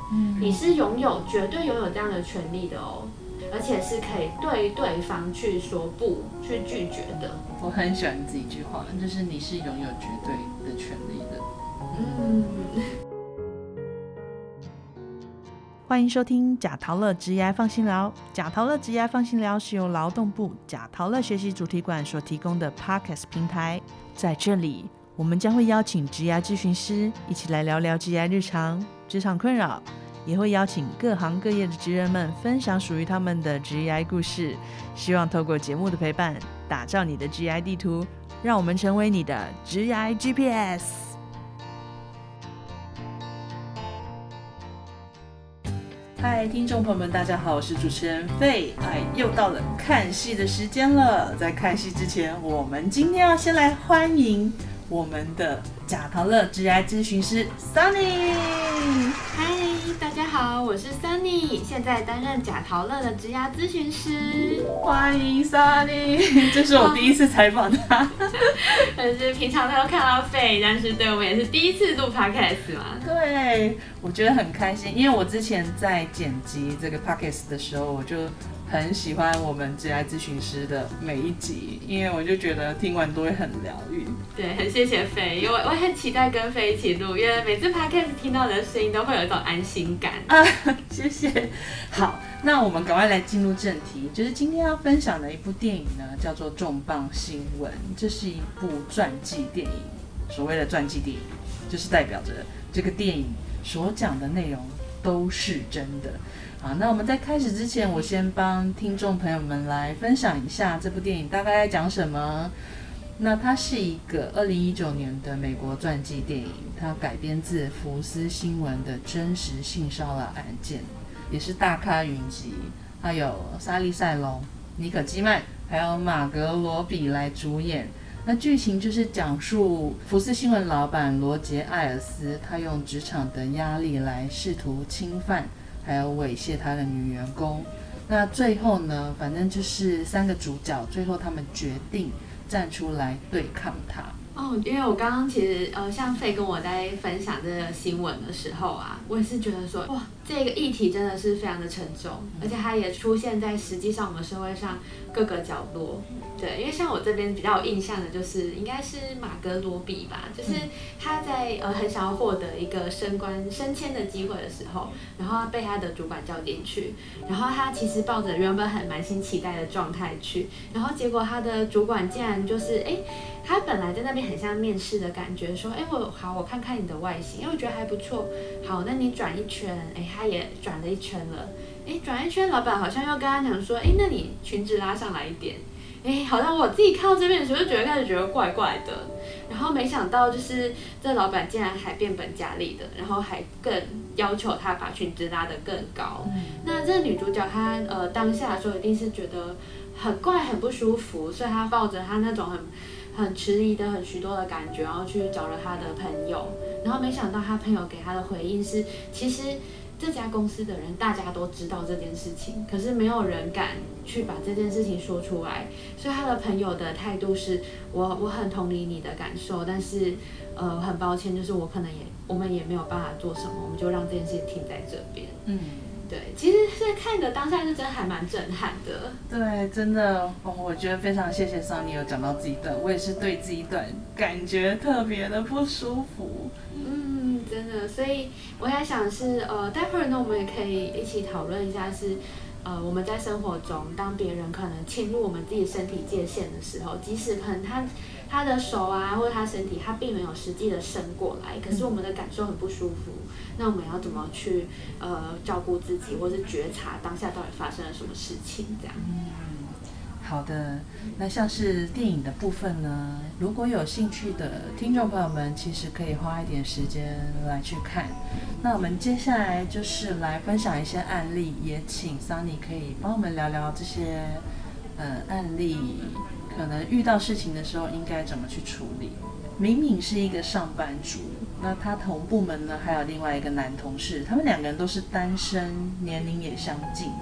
你是绝对拥有这样的权利的哦，而且是可以对对方去说不，去拒绝的。 我很喜欢这一句话，就是你是拥有绝对的权利的。 欢迎收听贾陶乐职涯放心聊。贾陶乐职涯放心聊是由劳动部贾陶乐学习主题馆所提供的 Podcast 平台。在这里，我们将会邀请职涯咨询师一起来聊聊职涯日常、职场困扰，也会邀请各行各业的职人们分享属于他们的职涯故事。希望透过节目的陪伴，打造你的职涯地图，让我们成为你的职涯 GPS。 嗨，听众朋友们，大家好，我是主持人费。又到了看戏的时间了。在看戏之前，我们今天要先来欢迎我们的贾陶乐职涯咨询师 Sunny。 嗨，大家好，我是 Sunny， 现在担任贾陶乐的职涯咨询师。 欢迎 Sunny， 这是我第一次采访他。 但是平常都看到费，但是对我们也是第一次录 podcast 嘛。 对，我觉得很开心，因为我之前在剪辑这个 podcast 的时候，我就很喜欢我们职涯咨询师的每一集，因为我就觉得听完都会很疗愈。 对，很谢谢费，因为我很期待跟费一起录，因为每次 podcast 听到的声音都会有一种安心感啊。谢谢。好，那我们赶快来进入正题，就是今天要分享的一部电影呢，叫做《重磅新闻》，这是一部传记电影。所谓的传记电影，就是代表着这个电影所讲的内容都是真的。好，那我们在开始之前，我先帮听众朋友们来分享一下这部电影大概在讲什么。那它是一个2019年的美国传记电影，它改编自福斯新闻的真实性骚扰案件，也是大咖云集，还有莎莉赛隆、妮可基曼还有马格罗比来主演。那剧情就是讲述福斯新闻老板罗杰·艾尔斯，他用职场的压力来试图侵犯还有猥亵他的女员工。那最后呢，反正就是3个主角，最后他们决定站出来对抗他。 因为我刚刚其实像费跟我在分享这个新闻的时候啊，我也是觉得说，哇，这个议题真的是非常的沉重，而且它也出现在实际上我们社会上各个角落。对，因为像我这边比较有印象的就是应该是马格罗比吧，就是他在很想要获得一个升迁的机会的时候，然后被他的主管叫进去，然后他其实抱着原本很满心期待的状态去，然后结果他的主管竟然就是他本来在那边很像面试的感觉，说我看看你的外形，因为我觉得还不错，好，那你转一圈，他也转了一圈了，转一圈，老板好像又跟他讲说，那你裙子拉上来一点，好像我自己看到这边的时候就开始觉得怪怪的，然后没想到就是这老板竟然还变本加厉的，然后还更要求他把裙子拉得更高。那这个女主角她当下的时候一定是觉得很怪很不舒服，所以她抱着她那种很迟疑的很许多的感觉，然后去找了他的朋友，然后没想到他朋友给他的回应是，其实这家公司的人大家都知道这件事情，可是没有人敢去把这件事情说出来，所以他的朋友的态度是，我很同理你的感受，但是很抱歉，就是我们也没有办法做什么，我们就让这件事情停在这边。对，其实是看的当下是真的还蛮震撼的。 对，真的，我觉得非常谢谢Sunny有讲到这一段，我也是对这一段感觉特别的不舒服。 真的，所以我在想是待会儿呢，我们也可以一起讨论一下是。我们在生活中，当别人可能侵入我们自己身体界限的时候，即使可能他的手啊，或者他身体，他并没有实际的伸过来，可是我们的感受很不舒服。那我们要怎么去照顾自己，或是觉察当下到底发生了什么事情？这样。 好的，那像是电影的部分呢，如果有兴趣的听众朋友们，其实可以花一点时间来去看。那我们接下来就是来分享一些案例，也请 Sunny 可以帮我们聊聊这些案例，可能遇到事情的时候应该怎么去处理。明明是一个上班族，那他同部门呢还有另外一个男同事，他们2个人都是单身，年龄也相近。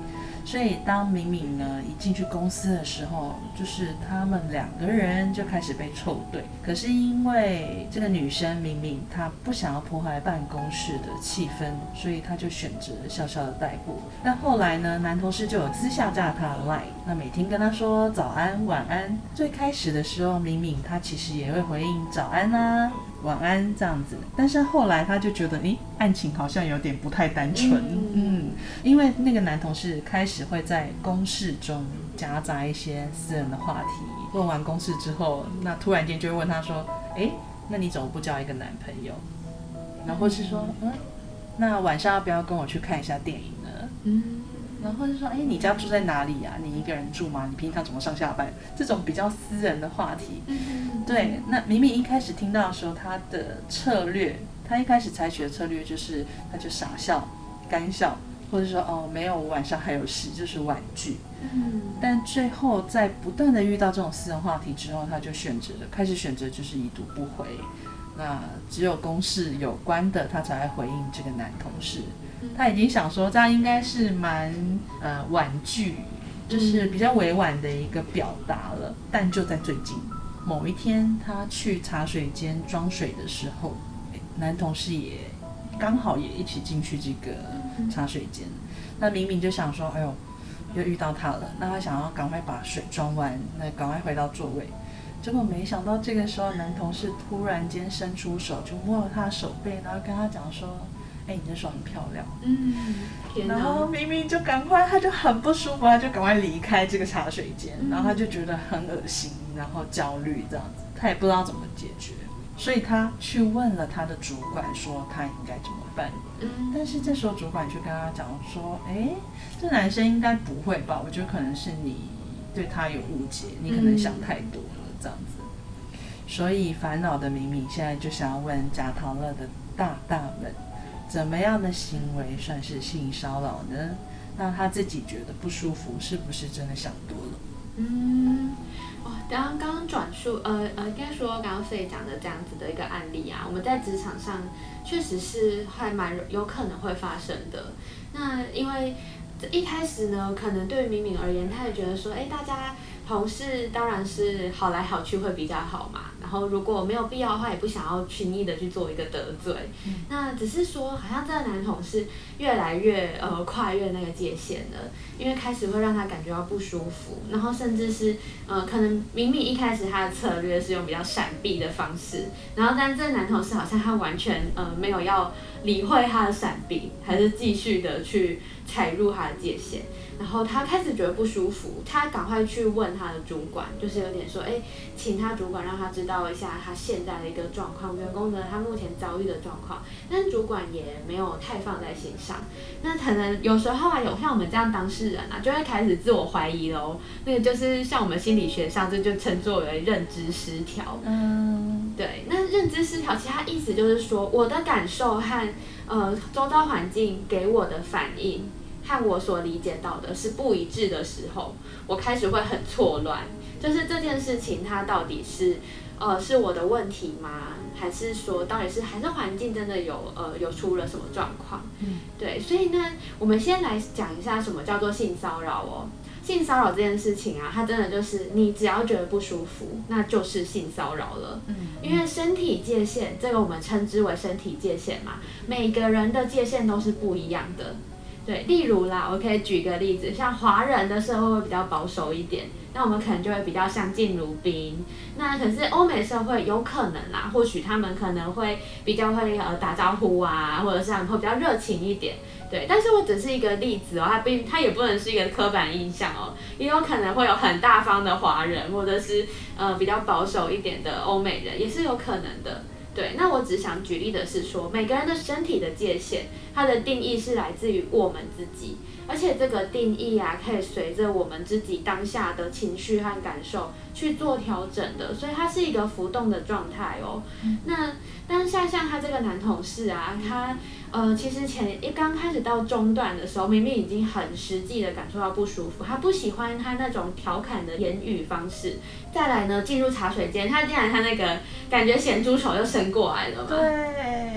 所以当明明呢一进去公司的时候，就是他们2个人就开始被凑对。可是因为这个女生明明她不想要破坏办公室的气氛，所以她就选择笑笑的带过。但后来呢，男同事就有私下加她的 line， 那每天跟她说早安晚安。最开始的时候，明明她其实也会回应早安啊晚安这样子，但是后来他就觉得案情好像有点不太单纯，因为那个男同事开始会在公事中夹杂一些私人的话题，问完公事之后，那突然间就会问他说那你怎么不交一个男朋友，然后是说那晚上要不要跟我去看一下电影呢？然后就说你家住在哪里啊？你一个人住吗？你平常怎么上下班？这种比较私人的话题，对。那明明一开始听到的时候，他的策略，他一开始采取的策略就是他就傻笑干笑，或者说没有，我晚上还有事，就是婉拒。但最后在不断的遇到这种私人话题之后，他就开始选择就是已读不回，那只有公事有关的他才会回应这个男同事。他已经想说这样应该是蛮婉拒，就是比较委婉的一个表达了。但就在最近某一天，他去茶水间装水的时候，男同事也刚好也一起进去这个茶水间。那明明就想说又遇到他了，那他想要赶快把水装完，那赶快回到座位。结果没想到这个时候，男同事突然间伸出手就摸了他的手背，然后跟他讲说你的手很漂亮。然后明明就赶快，他就很不舒服，他就赶快离开这个茶水间，然后他就觉得很恶心，然后焦虑这样子，他也不知道怎么解决，所以他去问了他的主管说他应该怎么办。但是这时候主管就跟他讲说这男生应该不会吧，我觉得可能是你对他有误解，你可能想太多了这样子。所以烦恼的明明现在就想要问贾陶乐的大大们，怎么样的行为算是性骚扰呢？那他自己觉得不舒服，是不是真的想多了？ 刚刚转述应该说刚刚Faye讲的这样子的一个案例啊，我们在职场上确实是还蛮有可能会发生的。那因为一开始呢，可能对于明明而言，他也觉得说大家同事当然是好来好去会比较好嘛，然后如果没有必要的话，也不想要轻易的去做一个得罪。那只是说好像这个男同事越来越跨越那个界限了，因为开始会让他感觉到不舒服，然后甚至是可能明明一开始他的策略是用比较闪避的方式，然后但这个男同事好像他完全没有要理会他的闪避，还是继续的去踩入他的界限。然后他开始觉得不舒服，他赶快去问他的主管，就是有点说请他主管让他知道一下他现在的一个状况，员工的他目前遭遇的状况。但主管也没有太放在心上。那可能有时候有像我们这样当事人就会开始自我怀疑咯，那个就是像我们心理学上这就称作为认知失调。对，那认知失调其实它意思就是说，我的感受和周遭环境给我的反应和我所理解到的是不一致的时候，我开始会很错乱，就是这件事情它到底是是我的问题吗？还是说到底是还是环境真的有出了什么状况？对，所以呢，我们先来讲一下什么叫做性骚扰哦。性骚扰这件事情它真的就是你只要觉得不舒服，那就是性骚扰了。因为身体界限，这个我们称之为身体界限嘛，每个人的界限都是不一样的。对，例如啦，我可以举个例子，像华人的社会会比较保守一点，那我们可能就会比较相敬如宾。那可是欧美社会有可能啦，或许他们可能会比较会打招呼啊，或者是他们会比较热情一点。对，但是我只是一个例子它也不能是一个刻板印象也有可能会有很大方的华人，或者是比较保守一点的欧美人，也是有可能的。对，那我只想举例的是说，每个人的身体的界限，它的定义是来自于我们自己，而且这个定义可以随着我们自己当下的情绪和感受去做调整的，所以它是一个浮动的状态那当下像他这个男同事他其实刚开始到中段的时候，明明已经很实际的感受到不舒服，他不喜欢他那种调侃的言语方式。再来呢，进入茶水间，他竟然他那个感觉咸猪手又伸过来了嘛。 对，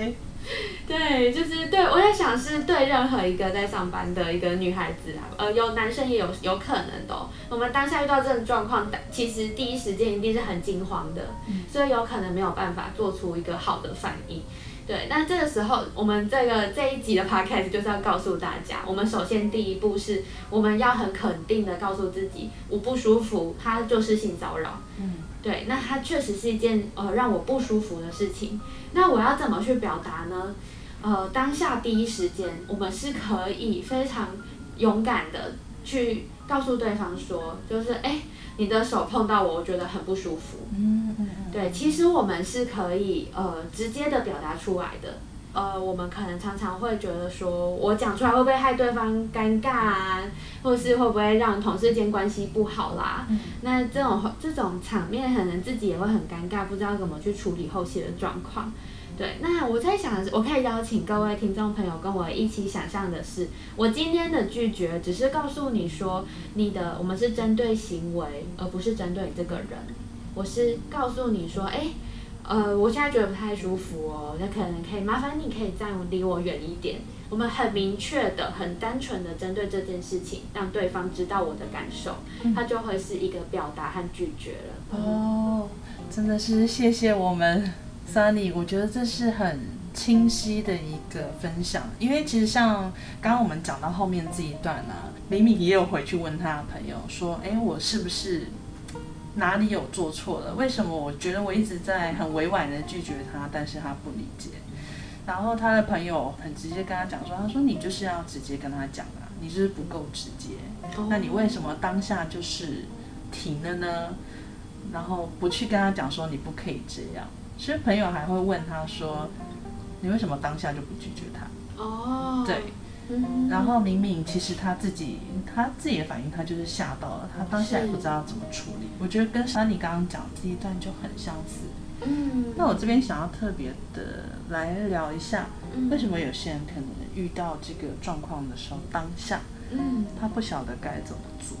对，就是对我在想是对任何一个在上班的一个女孩子啊，有男生也有可能的哦。我们当下遇到这种状况，其实第一时间一定是很惊慌的，所以有可能没有办法做出一个好的反应。对，那这个时候我们这一集的 podcast 就是要告诉大家，我们首先第一步是我们要很肯定的告诉自己，我不舒服，它就是性骚扰。对，那它确实是一件让我不舒服的事情。那我要怎么去表达呢？当下第一时间，我们是可以非常勇敢的去告诉对方说，就是你的手碰到我觉得很不舒服。对，其实我们是可以直接的表达出来的。我们可能常常会觉得说，我讲出来会不会害对方尴尬啊，或是会不会让同事间关系不好啦？那这种场面，可能自己也会很尴尬，不知道怎么去处理后续的状况。对，那我在想，我可以邀请各位听众朋友跟我一起想象的是，我今天的拒绝只是告诉你说，我们是针对行为，而不是针对你这个人。我是告诉你说，我现在觉得不太舒服哦，那可能可以麻烦你可以站离我远一点。我们很明确的、很单纯的针对这件事情，让对方知道我的感受，它就会是一个表达和拒绝了。 真的是谢谢我们 Sunny， 我觉得这是很清晰的一个分享。因为其实像刚刚我们讲到后面这一段啊，敏敏也有回去问他的朋友说，我是不是哪里有做错了？为什么我觉得我一直在很委婉的拒绝他，但是他不理解？然后他的朋友很直接跟他讲说，他说你就是要直接跟他讲啊，你就是不够直接。那你为什么当下就是停了呢？然后不去跟他讲说你不可以这样。其实朋友还会问他说，你为什么当下就不拒绝他？对。然后敏敏其实他自己的反应，他就是吓到了，他当下也不知道怎么处理。我觉得跟Sunny刚刚讲这一段就很相似。那我这边想要特别的来聊一下，为什么有些人可能遇到这个状况的时候，当下他不晓得该怎么做。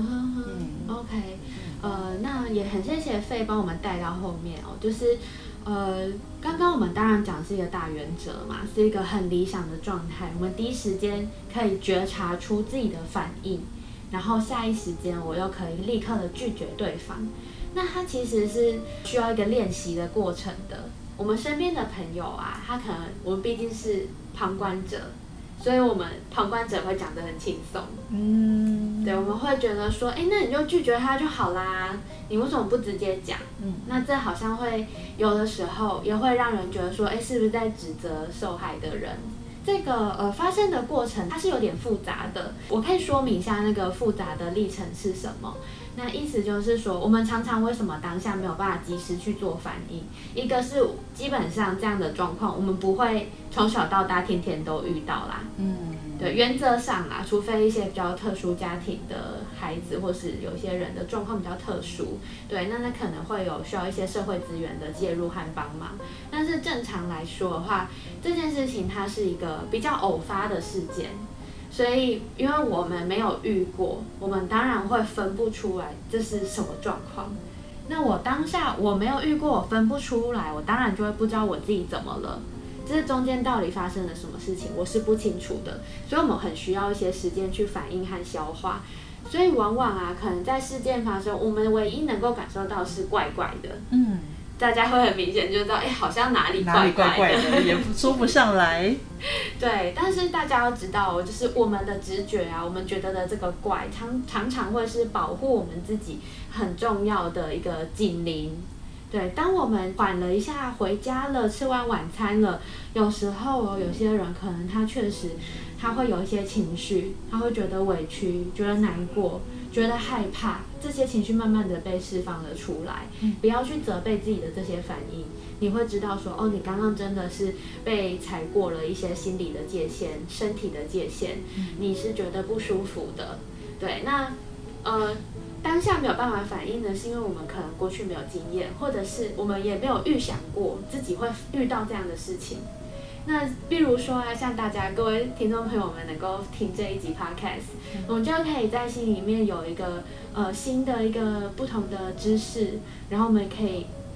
OK， 那也很谢谢费帮我们带到后面哦，就是刚刚我们当然讲是一个大原则嘛，是一个很理想的状态，我们第一时间可以觉察出自己的反应，然后下一时间我又可以立刻的拒绝对方。那它其实是需要一个练习的过程的。我们身边的朋友啊，他可能我们毕竟是旁观者，所以我们旁观者会讲得很轻松。对，我们会觉得说，那你就拒绝他就好啦，你为什么不直接讲？那这好像会有的时候也会让人觉得说，是不是在指责受害的人？这个发生的过程它是有点复杂的，我可以说明一下那个复杂的历程是什么。那意思就是说，我们常常为什么当下没有办法及时去做反应？一个是基本上这样的状况，我们不会从小到大天天都遇到啦。对，原则上啦，除非一些比较特殊家庭的孩子，或是有些人的状况比较特殊，对，那可能会有需要一些社会资源的介入和帮忙。但是正常来说的话，这件事情它是一个比较偶发的事件。所以，因为我们没有遇过，我们当然会分不出来这是什么状况。那我当下我没有遇过，我分不出来，我当然就会不知道我自己怎么了。这中间到底发生了什么事情，我是不清楚的。所以我们很需要一些时间去反应和消化。所以往往啊，可能在事件发生，我们唯一能够感受到是怪怪的。大家会很明显就知道，好像哪里怪怪的， 也说不上来。 对，但是大家要知道，就是我们的直觉啊，我们觉得的这个怪，常常会是保护我们自己很重要的一个警铃。对，当我们缓了一下，回家了，吃完晚餐了，有时候有些人可能他确实他会有一些情绪，他会觉得委屈，觉得难过，觉得害怕，这些情绪慢慢的被释放了出来。不要去责备自己的这些反应，你会知道说，你刚刚真的是被踩过了一些心理的界限，身体的界限，你是觉得不舒服的。对，那当下没有办法反应的是因为我们可能过去没有经验，或者是我们也没有预想过自己会遇到这样的事情。那比如说啊，像大家各位听众朋友们能够听这一集 podcast，我们就可以在心里面有一个新的一个不同的知识，然后我们可以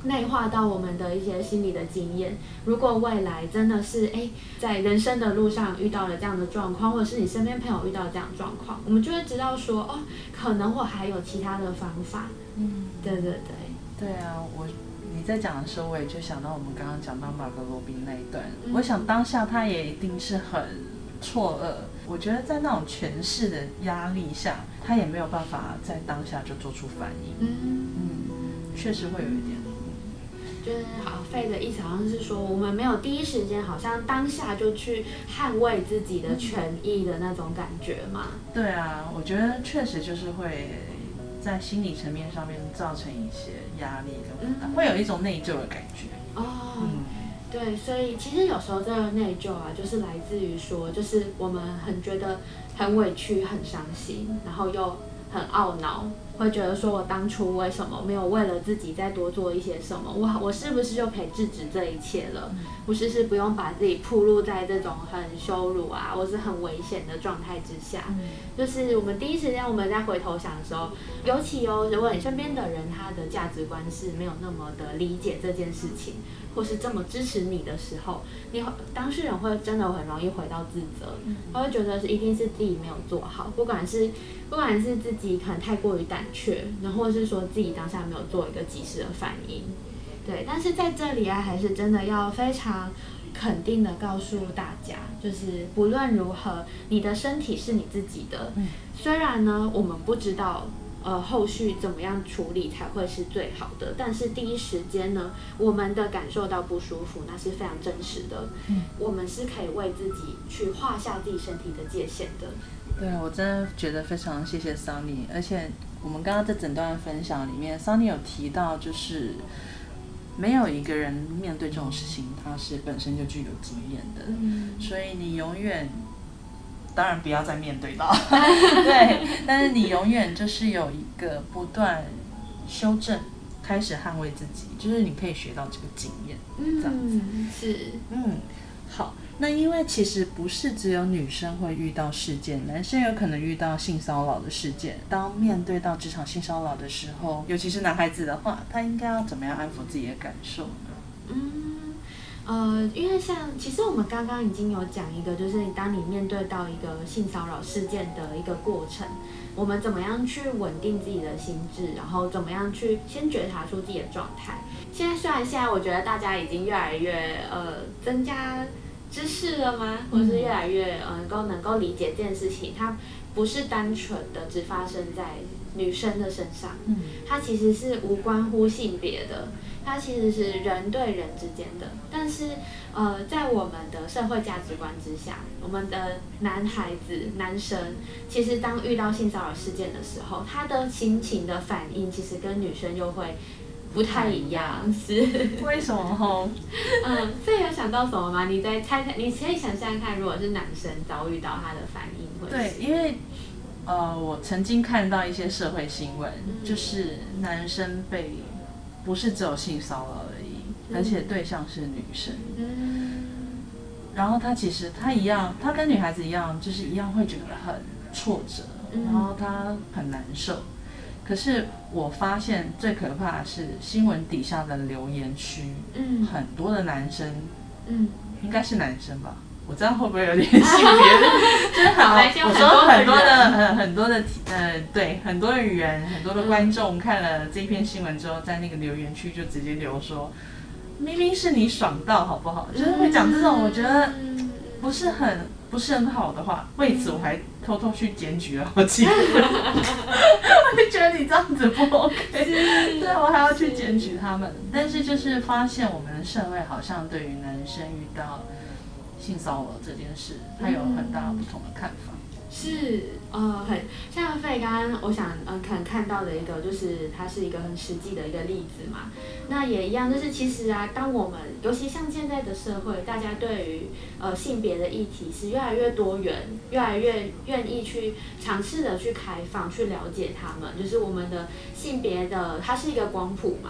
内化到我们的一些心理的经验。如果未来真的是在人生的路上遇到了这样的状况，或者是你身边朋友遇到这样的状况，我们就会知道说可能我还有其他的方法。对对对。 对啊，你在讲的时候，我也就想到我们刚刚讲到马格罗宾那一段，我想当下他也一定是很错愕。我觉得在那种权势的压力下，他也没有办法在当下就做出反应。确实会有一点。 就是Faye的意思好像是说，我们没有第一时间好像当下就去捍卫自己的权益的那种感觉嘛。 对啊，我觉得确实就是会在心理层面上面造成一些压力跟负担，会有一种内疚的感觉。 对，所以其实有时候这个内疚啊，就是来自于说，就是我们很觉得很委屈、很伤心，然后又很懊恼，会觉得说我当初为什么没有为了自己再多做一些什么？我是不是就可以制止这一切了？不是不用把自己暴露在这种很羞辱啊，或是很危险的状态之下。就是我们第一时间我们在回头想的时候，尤其如果你身边的人他的价值观是没有那么的理解这件事情，或是这么支持你的时候，当事人会真的很容易回到自责，他会觉得一定是自己没有做好，不管是自己可能太过于胆怯，然后或是说自己当下没有做一个及时的反应。对，但是在这里啊，还是真的要非常肯定的告诉大家，就是不论如何，你的身体是你自己的。虽然呢，我们不知道后续怎么样处理才会是最好的，但是第一时间呢，我们的感受到不舒服，那是非常真实的。我们是可以为自己去画下自己身体的界限的。 对，我真的觉得非常谢谢 Sunny， 而且我们刚刚在整段分享里面 ，Sunny 有提到，就是没有一个人面对这种事情，他是本身就具有经验的，所以你永远，当然不要再面对到，对，但是你永远就是有一个不断修正，开始捍卫自己，就是你可以学到这个经验，这样子， 是， 好。那因为其实不是只有女生会遇到事件，男生有可能遇到性骚扰的事件。当面对到职场性骚扰的时候，尤其是男孩子的话，他应该要怎么样安抚自己的感受呢？ 因为其实我们刚刚已经有讲一个，就是当你面对到一个性骚扰事件的一个过程，我们怎么样去稳定自己的心智，然后怎么样去先觉察出自己的状态。虽然现在我觉得大家已经越来越增加知识了吗？或是越来越能够理解这件事情，它不是单纯的只发生在女生的身上，它其实是无关乎性别的，它其实是人对人之间的。但是在我们的社会价值观之下，我们的男孩子、男生，其实当遇到性骚扰事件的时候，他的心情的反应其实跟女生又会不太一样，是为什么？ 所以有想到什么吗？你再猜猜，你可以想象看，如果是男生遭遇到他的反应会是？ 对，因为我曾经看到一些社会新闻，就是男生不是只有性骚扰而已，而且对象是女生。然后他一样，他跟女孩子一样，就是一样会觉得很挫折，然后他很难受。可是我发现最可怕的是新闻底下的留言区，很多的男生，应该是男生吧？我这样会不会有点性别？就是我说很多的对，很多的人，很多的观众看了这篇新闻之后，在那个留言区就直接留说，明明是你爽到好不好？就是会讲这种我觉得不是很好的话，为此我还偷偷去检举了好几个人，我就觉得你这样子不 OK， 对，我还要去检举他们。但是就是发现我们的社会好像对于男生遇到性骚扰这件事，他有很大不同的看法。 是，很像Faye刚刚我想可能看到的一个，就是它是一个很实际的一个例子嘛。那也一样，就是其实啊，当我们尤其像现在的社会，大家对于性别的议题是越来越多元，越来越愿意去尝试的去开放，去了解他们。就是我们的性别的，它是一个光谱嘛。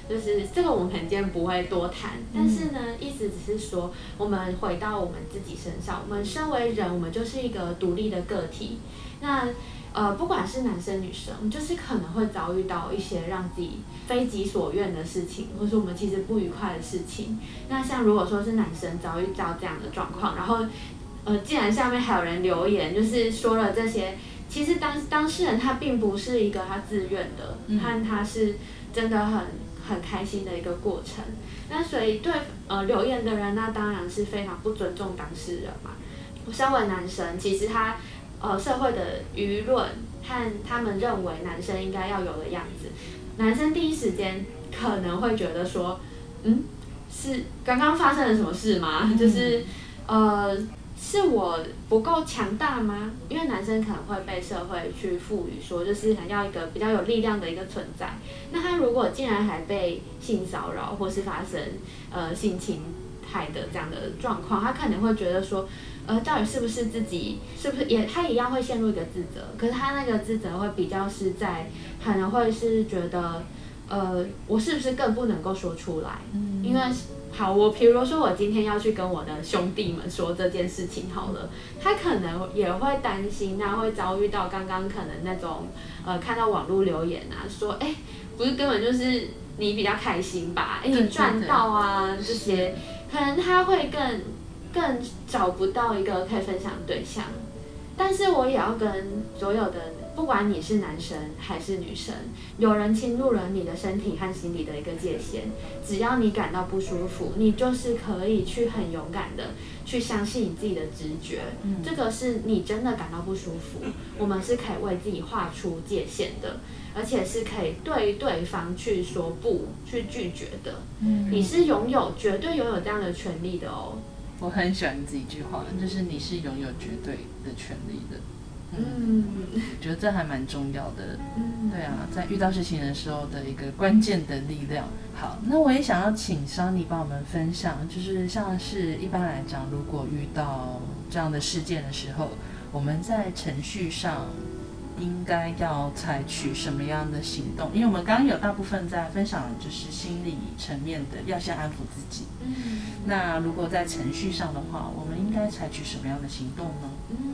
就是这个我们可能今天不会多谈，但是呢，意思只是说，我们回到我们自己身上，我们身为人，我们就是一个独立的个体。那不管是男生女生，我们就是可能会遭遇到一些让自己非己所愿的事情，或是我们其实不愉快的事情。那像如果说是男生遭遇到这样的状况，然后竟然下面还有人留言，就是说了这些，其实当事人他并不是一个他自愿的，和他是真的很开心的一个过程。那所以对留言的人，那当然是非常不尊重当事人嘛。身为男生，其实他社会的舆论和他们认为男生应该要有的样子，男生第一时间可能会觉得说，是刚刚发生了什么事吗？就是是我不够强大吗？因为男生可能会被社会去赋予说，就是想要一个比较有力量的一个存在。那他如果竟然还被性骚扰，或是发生性侵害的这样的状况，他可能会觉得说，到底是不是自己，是不是他一样会陷入一个自责？可是他那个自责会比较是在，可能会是觉得，我是不是更不能够说出来？因为好，我比如说我今天要去跟我的兄弟们说这件事情好了，他可能也会担心，那会遭遇到刚刚可能那种看到网络留言啊，说不是根本就是你比较开心吧？你赚到啊这些，可能他会更找不到一个可以分享的对象。但是我也要跟所有的，不管你是男生还是女生，有人侵入了你的身体和心理的一个界限，只要你感到不舒服，你就是可以去很勇敢的去相信你自己的直觉。这个是你真的感到不舒服，我们是可以为自己画出界限的，而且是可以对对方去说不，去拒绝的。你是绝对拥有这样的权利的哦。 我很喜欢这一句话，就是你是拥有绝对的权利的。我觉得这还蛮重要的。对啊，在遇到事情的时候的一个关键的力量。好，那我也想要请Sunny帮我们分享，就是像是一般来讲，如果遇到这样的事件的时候，我们在程序上应该要采取什么样的行动？因为我们刚刚有大部分在分享的就是心理层面的，要先安抚自己。那如果在程序上的话，我们应该采取什么样的行动呢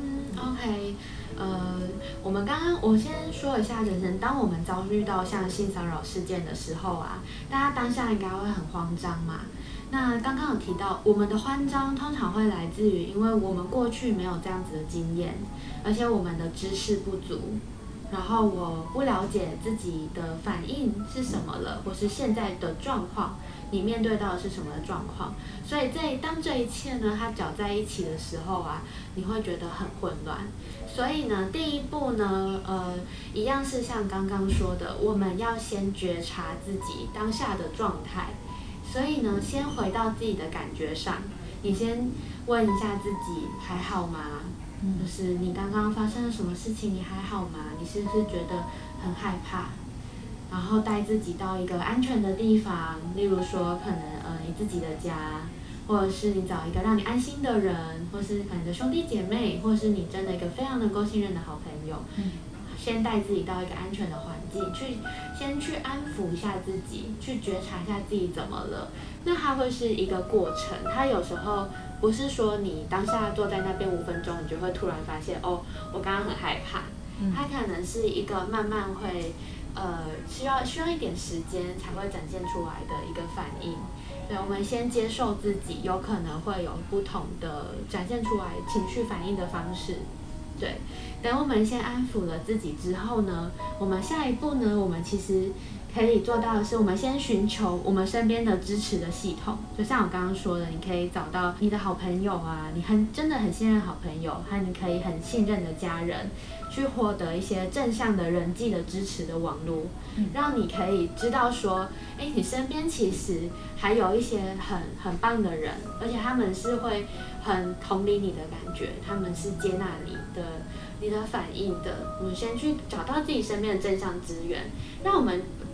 ？OK， 我先说一下人生，当我们遭遇到像性骚扰事件的时候啊，大家当下应该会很慌张嘛。那刚刚有提到，我们的慌张通常会来自于，因为我们过去没有这样子的经验，而且我们的知识不足，然后我不了解自己的反应是什么了，或是现在的状况，你面对到的是什么的状况，所以当这一切呢，它搅在一起的时候啊，你会觉得很混乱。所以呢，第一步呢，一样是像刚刚说的，我们要先觉察自己当下的状态。所以呢，先回到自己的感觉上，你先问一下自己还好吗？就是你刚刚发生了什么事情，你还好吗？你是不是觉得很害怕？然后带自己到一个安全的地方，例如说可能你自己的家，或者是你找一个让你安心的人，或是可能你的兄弟姐妹，或是你真的一个非常能够信任的好朋友。先带自己到一个安全的环境，先去安抚一下自己，去觉察一下自己怎么了。那它会是一个过程，它有时候不是说你当下坐在那边5分钟，你就会突然发现我刚刚很害怕。它可能是一个慢慢会需要一点时间才会展现出来的一个反应。对，我们先接受自己有可能会有不同的展现出来情绪反应的方式。对，等我们先安抚了自己之后呢，我们下一步呢，我们其实可以做到的是，我们先寻求我们身边的支持的系统。就像我刚刚说的，你可以找到你的好朋友啊，你真的很信任好朋友，和你可以很信任的家人，去获得一些正向的人际的支持的网络，让你可以知道说，你身边其实还有一些很棒的人，而且他们是会很同理你的感觉，他们是接纳你的反应的。我们先去找到自己身边的正向资源，让我们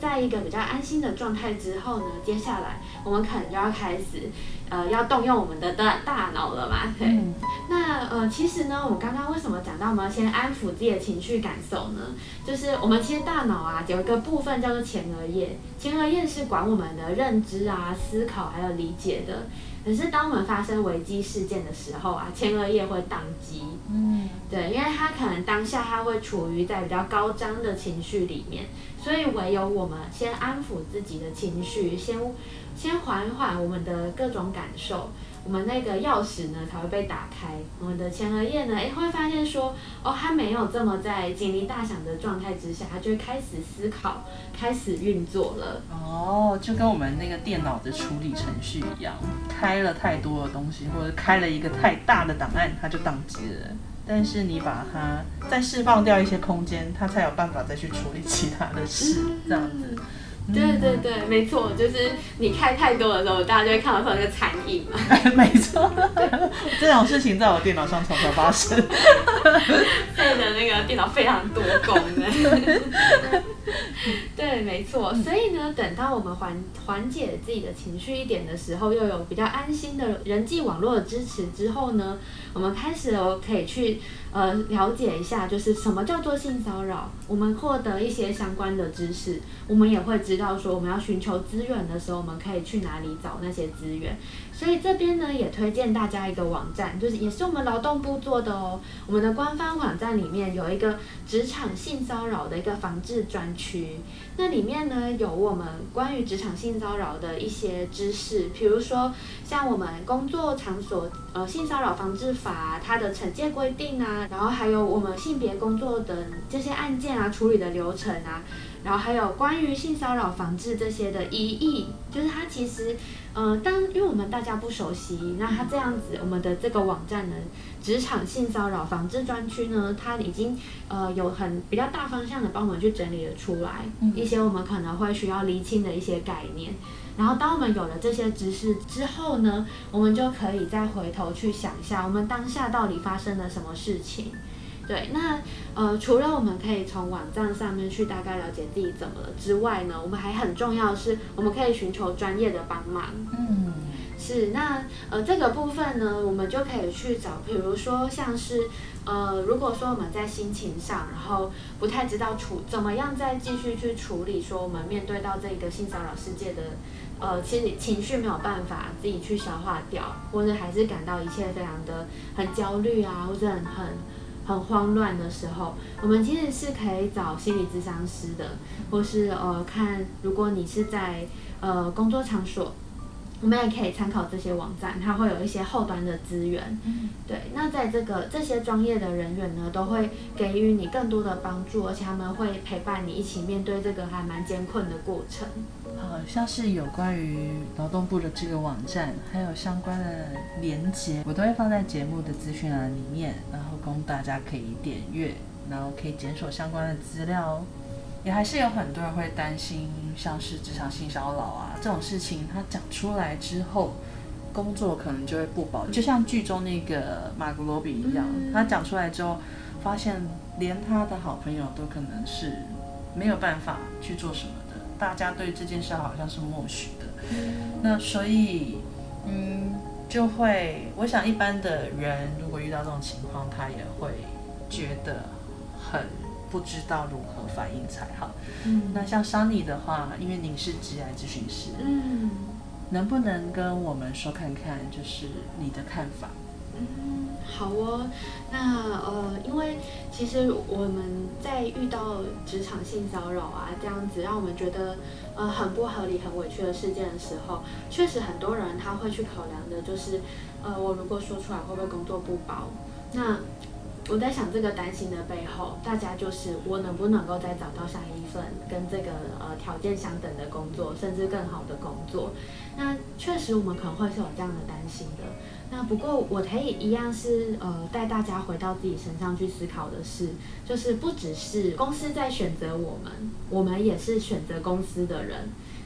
在一个比较安心的状态之后呢，接下来我们可能就要开始要动用我们的大脑了嘛。对。那其实呢，我刚刚为什么讲到我们要先安抚自己的情绪感受呢？就是我们其实大脑啊有一个部分叫做前额叶，前额叶是管我们的认知啊、思考还有理解的。可是当我们发生危机事件的时候啊，前额叶会宕机。对，因为它可能当下它会处于在比较高涨的情绪里面，所以唯有我们先安抚自己的情绪，先缓缓我们的各种感受，我们那个钥匙呢才会被打开。我们的前额叶呢，会发现说，它没有这么在警铃大响的状态之下，它就会开始思考，开始运作了。 就跟我们那个电脑的处理程序一样，开了太多的东西，或者开了一个太大的档案，它就宕机了。但是你把它再释放掉一些空间，它才有办法再去处理其他的事，这样子。 对对对，没错，就是你开太多的时候，大家就会看到那个残影嘛。 没错，这种事情在我电脑上常常发生。 费的那个电脑非常多功的。对，没错。所以呢，等到我们缓解自己的情绪一点的时候，又有比较安心的人际网络的支持之后呢，我们开始可以去了解一下，就是什么叫做性骚扰。我们获得一些相关的知识，我们也会知道说我们要寻求资源的时候，我们可以去哪里找那些资源。所以这边呢，也推荐大家一个网站，就是也是我们劳动部做的哦。我们的官方网站里面有一个职场性骚扰的一个防治专区，那里面呢有我们关于职场性骚扰的一些知识，比如说像我们工作场所性骚扰防治法它的惩戒规定啊，然后还有我们性别工作的这些案件啊处理的流程啊，然后还有关于性骚扰防治这些的疑义，就是它其实因为我们大家不熟悉，那它这样子，我们的这个网站呢，职场性骚扰防治专区呢，它已经有比较大方向的帮我们去整理了出来，一些我们可能会需要厘清的一些概念。然后当我们有了这些知识之后呢，我们就可以再回头去想一下，我们当下到底发生了什么事情。对，那除了我们可以从网站上面去大概了解自己怎么了之外呢，我们还很重要的是，我们可以寻求专业的帮忙。是，那这个部分呢，我们就可以去找，比如说像是如果说我们在心情上，然后不太知道怎么样再继续去处理，说我们面对到这个性骚扰事件的其实情绪没有办法自己去消化掉，或者还是感到一切非常的很焦虑啊，或者很慌乱的时候，我们其实是可以找心理咨商师的，或是看如果你是在工作场所，我们也可以参考这些网站，它会有一些后端的资源。对，那在这些专业的人员呢，都会给予你更多的帮助，而且他们会陪伴你一起面对这个还蛮艰困的过程。 像是有关于劳动部的这个网站，还有相关的连结，我都会放在节目的资讯栏里面，然后供大家可以点阅，然后可以检索相关的资料哦。也还是有很多人会担心，像是职场性骚扰啊这种事情，他讲出来之后，工作可能就会不保。就像剧中那个马格罗比一样，他讲出来之后，发现连他的好朋友都可能是没有办法去做什么的，大家对这件事好像是默许的。那所以，就会，我想一般的人如果遇到这种情况，他也会觉得很不知道如何反应才好。那像桑尼的话，因为您是职涯咨询师，能不能跟我们说看看，就是你的看法？ 好哦，那因为其实我们在遇到职场性骚扰啊这样子让我们觉得很不合理、很委屈的事件的时候，确实很多人他会去考量的就是我如果说出来会不会工作不保？那我在想这个担心的背后，大家就是我能不能够再找到下一份跟这个条件相等的工作，甚至更好的工作。那确实我们可能会是有这样的担心的。那不过我可以一样是带大家回到自己身上去思考的是，就是不只是公司在选择我们也是选择公司的人。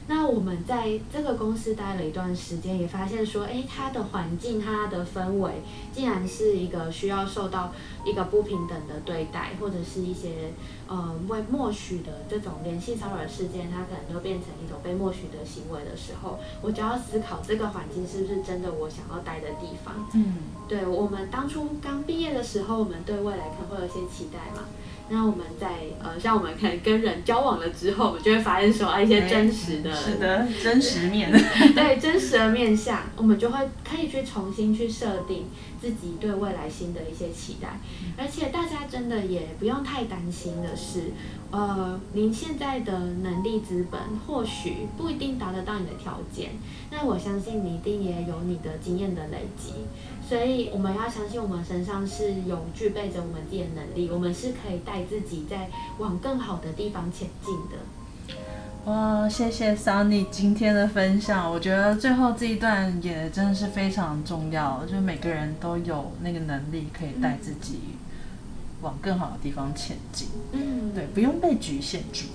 那我们在这个公司待了一段时间，也发现说，它的环境、它的氛围，竟然是一个需要受到一个不平等的对待，或者是一些为默许的这种联系骚扰事件，它可能就变成一种被默许的行为的时候，我就要思考这个环境是不是真的我想要待的地方。对，我们当初刚毕业的时候，我们对未来可能会有一些期待嘛。那我们在像我们可能跟人交往了之后，我们就会发现说一些真实的， 是的，真实面， 对，真实的面向，我们就会可以去重新去设定自己对未来新的一些期待。而且大家真的也不用太担心的是，您现在的能力资本或许不一定达得到你的条件，那我相信你一定也有你的经验的累积。所以我们要相信我们身上是有具备着我们自己的能力，我们是可以带自己在往更好的地方前进的。 哇，谢谢 Sunny 今天的分享，我觉得最后这一段也真的是非常重要，就是每个人都有那个能力可以带自己往更好的地方前进。对，不用被局限住。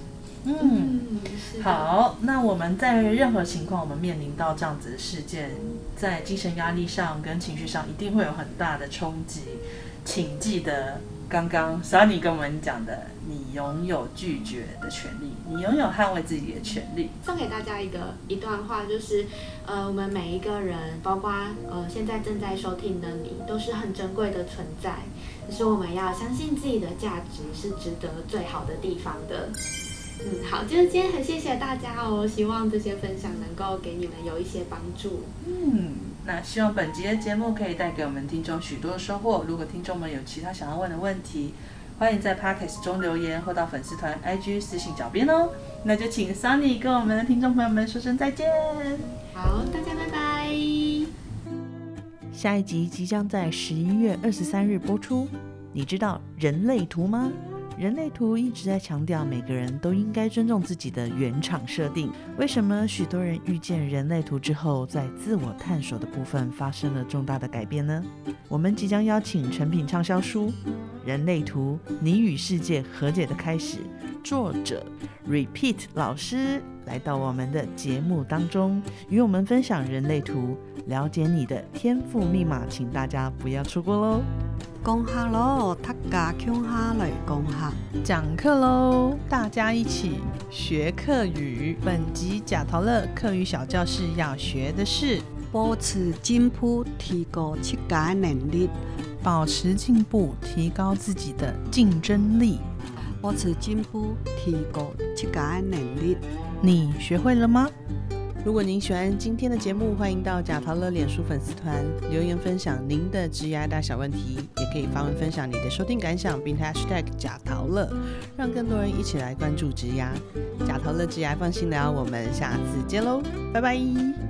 好，那我们在任何情况我们面临到这样子的事件，在精神压力上跟情绪上一定会有很大的冲击，请记得刚刚 Sunny 跟我们讲的，你拥有拒绝的权利，你拥有捍卫自己的权利。 送给大家一段话，就是我们每一个人，包括现在正在收听的你，都是很珍贵的存在，就是我们要相信自己的价值是值得最好的地方的。好，就是今天很谢谢大家哦，希望这些分享能够给你们有一些帮助。 那希望本集的节目可以带给我们听众许多收获。如果听众们有其他想要问的问题，欢迎在 Podcast 中留言或到粉丝团 IG 私信小编哦。那就请 Sunny 跟我们的听众朋友们说声再见。 好，大家拜拜。 下一集即将在11月23日播出。你知道人类图吗？人类图一直在强调每个人都应该尊重自己的原厂设定。为什么许多人遇见人类图之后，在自我探索的部分发生了重大的改变呢？我们即将邀请成品畅销书《人类图：你与世界和解的开始》作者 Repeat 老师来到我们的节目当中，与我们分享人类图，了解你的天赋密码，请大家不要错过咯。 讲下咯，大家共下来讲下。 讲课咯，大家一起学课语。本集贾陶乐课语小教室要学的是保持进步，提高自己的能力。 保持进步，提高自己的竞争力。 保持进步，提高自己的能力。 你学会了吗？如果您喜欢今天的节目，欢迎到贾陶乐脸书粉丝团留言分享您的职涯大小问题，也可以发文分享你的收听感想，并 hashtag 贾陶乐，让更多人一起来关注职涯。贾陶乐职涯放心聊，我们下次见喽，拜拜。